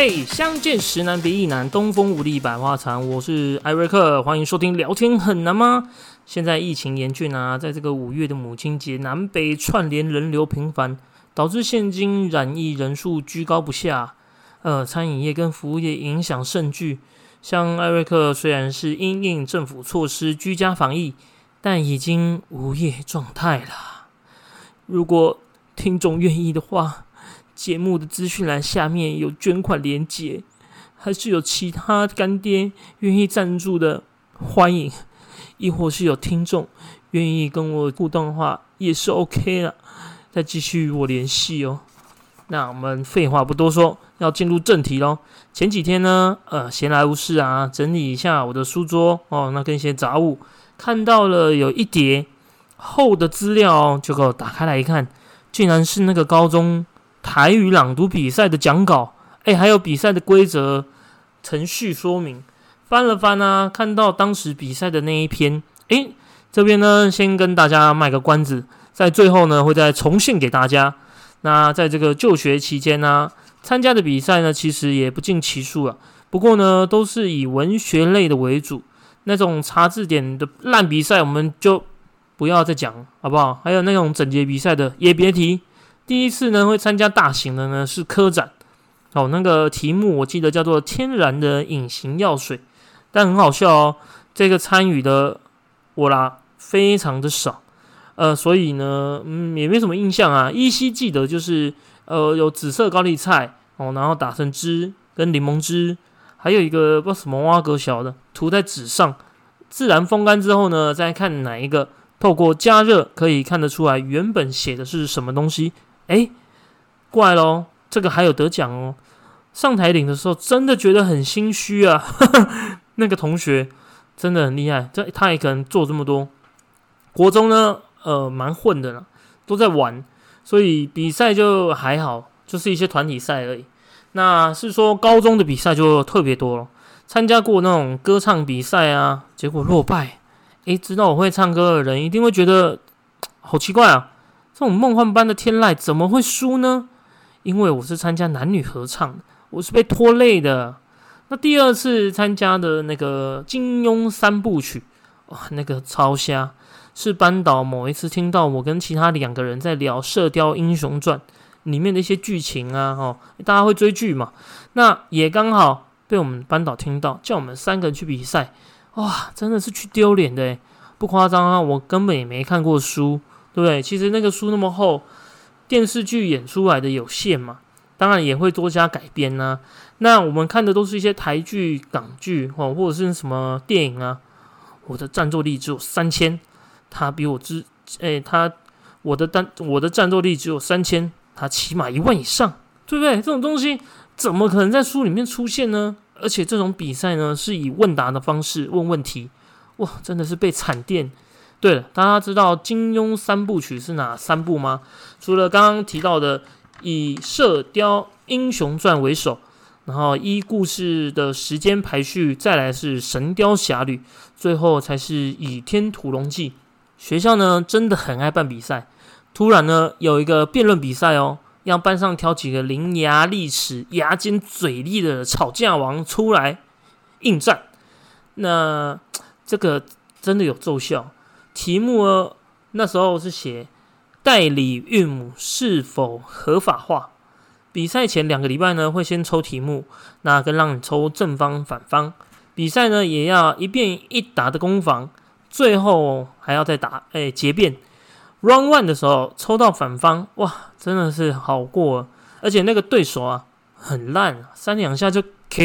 嘿，相见时难别亦难，东风无力百花残。我是艾瑞克，欢迎收听聊天很难吗？现在疫情严峻啊，在这个5月的母亲节，南北串联人流频繁，导致现今染疫人数居高不下。餐饮业跟服务业影响甚巨。像艾瑞克虽然是因应政府措施居家防疫，但已经无业状态了。如果听众愿意的话，节目的资讯栏下面有捐款连结，还是有其他干爹愿意赞助的，欢迎；亦或是有听众愿意跟我互动的话，也是 OK 了，再继续与我联系哦。那我们废话不多说，要进入正题咯。前几天呢，闲来无事啊，整理一下我的书桌哦，那跟一些杂物，看到了有一叠厚的资料哦，就给我打开来一看，竟然是那个高中台语朗读比赛的讲稿，还有比赛的规则、程序说明。翻了翻啊，看到当时比赛的那一篇，这边呢先跟大家卖个关子，在最后呢会再重现给大家。那在这个就学期间呢，参加的比赛呢其实也不计其数啊，不过呢都是以文学类的为主，那种查字典的烂比赛我们就不要再讲，好不好？还有那种整洁比赛的也别提。第一次呢会参加大型的呢是科展，那个题目我记得叫做天然的隐形药水，但很好笑哦，这个参与的我啦非常的少，所以呢也没什么印象啊，依稀记得就是有紫色高丽菜然后打成汁跟柠檬汁，还有一个不知道什么蛙格小的涂在纸上，自然风干之后呢再看哪一个透过加热可以看得出来原本写的是什么东西。怪咯，这个还有得奖哦！上台领的时候真的觉得很心虚啊，那个同学真的很厉害，他也可能做这么多。国中呢，蛮混的啦，都在玩，所以比赛就还好，就是一些团体赛而已。那是说高中的比赛就特别多了，参加过那种歌唱比赛啊，结果落败。知道我会唱歌的人一定会觉得好奇怪啊，这种梦幻般的天籁怎么会输呢？因为我是参加男女合唱的，我是被拖累的。那第二次参加的那个金庸3部曲，那个超瞎，是班导某一次听到我跟其他2个人在聊《射雕英雄传》里面的一些剧情啊，大家会追剧嘛，那也刚好被我们班导听到，叫我们3个人去比赛。哇，真的是去丢脸的耶，不夸张啊，我根本也没看过书，对不对？其实那个书那么厚，电视剧演出来的有限嘛，当然也会多加改编啊。那我们看的都是一些台剧、港剧或者是什么电影啊。我的战斗力只有3000，他比我我的战斗力只有3000，他起码1万以上，对不对？这种东西怎么可能在书里面出现呢？而且这种比赛呢是以问答的方式问问题，哇，真的是被惨电。对了，大家知道金庸3部曲是哪3部吗？除了刚刚提到的以《射雕英雄传》为首，然后依故事的时间排序，再来是《神雕侠侣》，最后才是《倚天屠龙记》。学校呢真的很爱办比赛，突然呢有一个辩论比赛哦，让班上挑几个伶牙俐齿、牙尖嘴利的吵架王出来应战。那这个真的有奏效。题目呢，那时候是写代理孕母是否合法化。比赛前2个礼拜呢，会先抽题目，那跟让你抽正方、反方。比赛呢，也要一辩一答的攻防，最后还要再打结辩。Round 1的时候抽到反方，哇，真的是好过了，而且那个对手啊很烂，3-2下就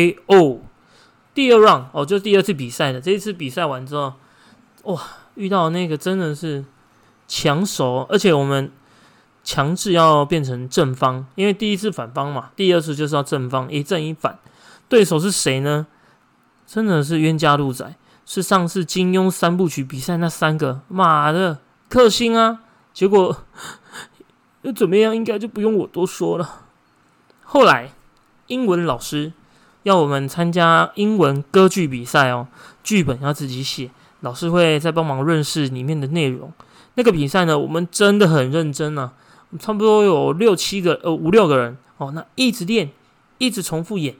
KO。第2 round 就是第2次比赛的，这一次比赛完之后，哇，遇到那个真的是强手，而且我们强制要变成正方，因为第1次反方嘛，第2次就是要正方，一正一反。对手是谁呢？真的是冤家路窄，是上次金庸3部曲比赛那3个，妈的克星啊！结果又怎么样？应该就不用我多说了。后来英文老师要我们参加英文歌剧比赛哦，剧本要自己写，老师会再帮忙认识里面的内容。那个比赛呢，我们真的很认真差不多有5-6个人那一直练，一直重复演，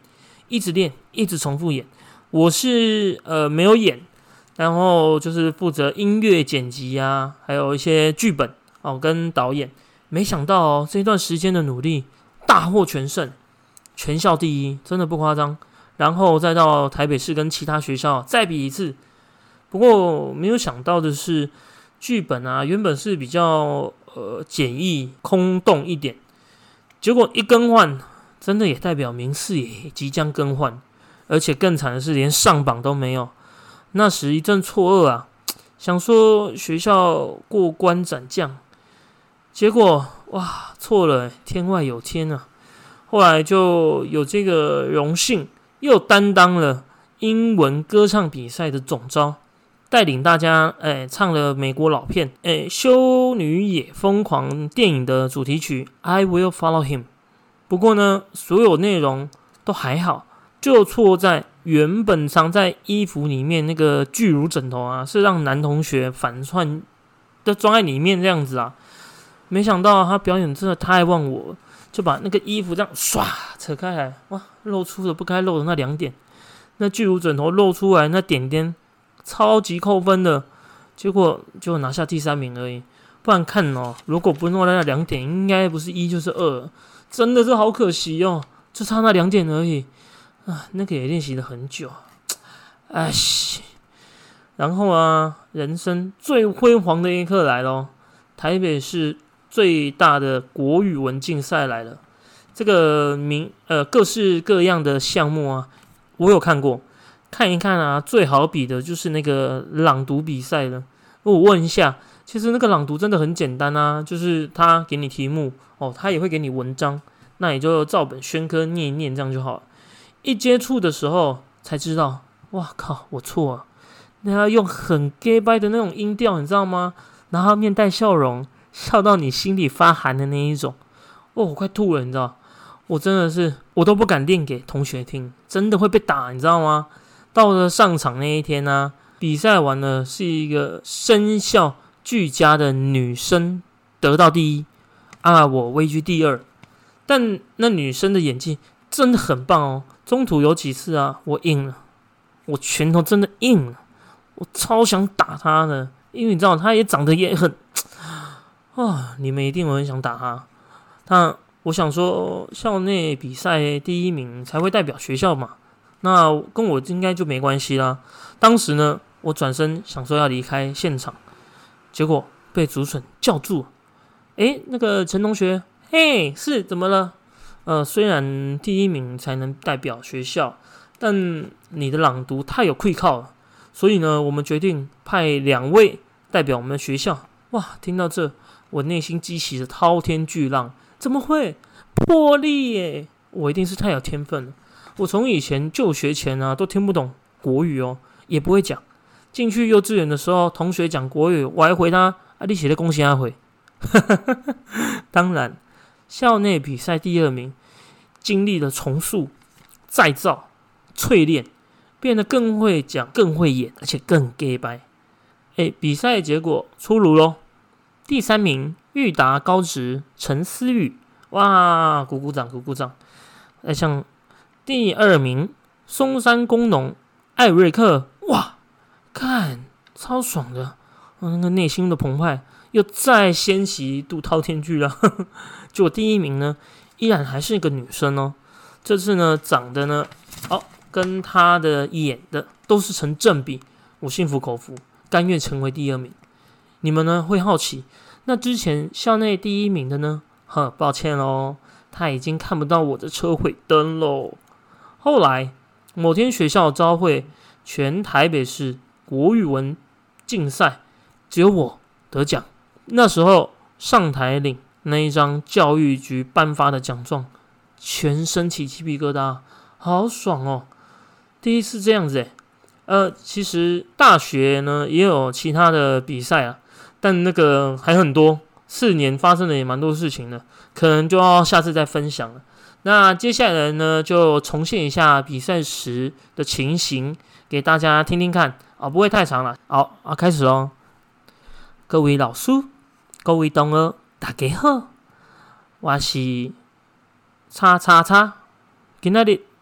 一直练，一直重复演。我是没有演，然后就是负责音乐剪辑啊，还有一些剧本哦，跟导演。没想到这段时间的努力大获全胜，全校第一，真的不夸张。然后再到台北市跟其他学校再比一次。不过没有想到的是，剧本啊原本是比较简易空洞一点，结果一更换，真的也代表名次也即将更换，而且更惨的是连上榜都没有。那时一阵错愕啊，想说学校过关斩将，结果哇错了，天外有天啊！后来就有这个荣幸，又担当了英文歌唱比赛的总召，带领大家唱了美国老片修女也疯狂电影的主题曲 I Will Follow Him。 不过呢，所有内容都还好，就错在原本藏在衣服里面那个巨乳枕头啊，是让男同学反串的装在里面这样子啊。没想到他表演真的太忘我了，就把那个衣服这样唰扯开来，哇，露出了不该露的那2点，那巨乳枕头露出来那点点，超级扣分的。结果就拿下第3名而已，不然看哦，如果不弄那2点，应该不是1就是2，真的是好可惜哦，就差那2点而已啊，那个也练习了很久，哎，然后啊，人生最辉煌的一刻来咯，台北市最大的国语文竞赛来了。这个各式各样的项目啊，我有看过，看一看啊，最好比的就是那个朗读比赛了。我问一下，其实那个朗读真的很简单啊，就是他给你题目哦，他也会给你文章，那你就照本宣科念一念，这样就好了。一接触的时候才知道，哇靠，我错了。那要用很 gay 掰的那种音调，你知道吗？然后面带笑容，笑到你心里发寒的那一种。哦，我快吐了，你知道？我真的是，我都不敢练给同学听，真的会被打，你知道吗？到了上场那一天啊，比赛完了，是一个声效俱佳的女生得到第一啊，我位居第2。但那女生的演技真的很棒哦，中途有几次啊，我硬了，我拳头真的硬了，我超想打她的，因为你知道她也长得也很啊，你们一定很想打她。但我想说，校内比赛第1名才会代表学校嘛，那跟我应该就没关系啦。当时呢，我转身想说要离开现场，结果被主审叫住。那个陈同学，嘿，是怎么了？虽然第1名才能代表学校，但你的朗读太有愧靠了，所以呢，我们决定派2位代表我们的学校。哇，听到这，我内心激起了滔天巨浪。怎么会？破例耶！我一定是太有天分了。我从以前就学前啊，都听不懂国语哦，也不会讲。进去幼稚园的时候，同学讲国语，我还回他啊，你写的恭喜他回。当然，校内比赛第2名，经历了重塑、再造、淬炼，变得更会讲、更会演，而且更 gay 掰。比赛结果出炉咯，第3名裕达高职陈思雨，哇，鼓鼓掌，鼓鼓掌。像第2名松山工农艾瑞克，哇，看超爽的，那个内心的澎湃又再掀起一度滔天巨浪。结果第1名呢，依然还是一个女生哦。这次呢，长得呢，跟她的演的都是成正比，我心服口服，甘愿成为第2名。你们呢会好奇，那之前校内第1名的呢？抱歉咯，他已经看不到我的车尾灯咯。后来某天学校招会全台北市国语文竞赛，只有我得奖。那时候上台领那一张教育局颁发的奖状，全身起鸡皮疙瘩，好爽哦！第一次这样子其实大学呢也有其他的比赛啊，但那个还很多，4年发生的也蛮多事情的，可能就要下次再分享了。那接下来呢，就重现一下比赛时的情形，给大家听听看啊，不会太长了。好啊，开始咯。各位老师、各位同学，大家好，我是叉叉叉，今天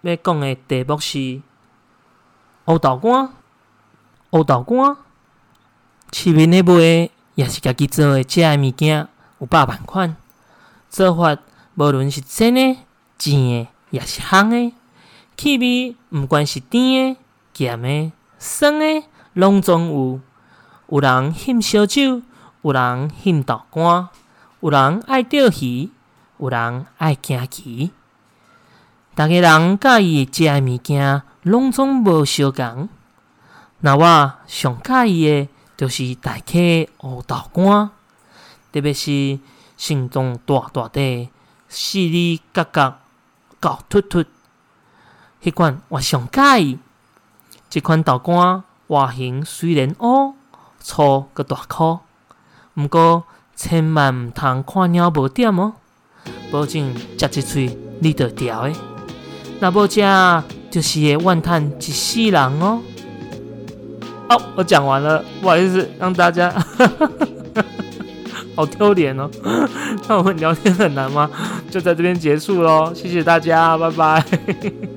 要讲的题目是乌豆干。乌豆干，市面咧卖也是家己做的食的物件，有百万款。做法无论是煎的、煎的，也是烘的，气味毋管是甜的、咸的、酸的，拢总有。有人啉烧酒，有人啉豆干，有人爱钓鱼，有人爱行棋。逐个人喜意的食的物件，拢总无相共。那我上喜意的，就是大颗的乌豆干，特别是形状大大块、细腻角角、厚凸凸，迄款我上喜意。这款豆干外形虽然乌、粗佮大颗，毋过千万毋通看了无点哦，保证食一喙你就调的。若无食，就是会怨叹一世人哦。好，我讲完了，不好意思，让大家好丢脸哦。那我们聊天很难吗？就在这边结束咯，谢谢大家，拜拜。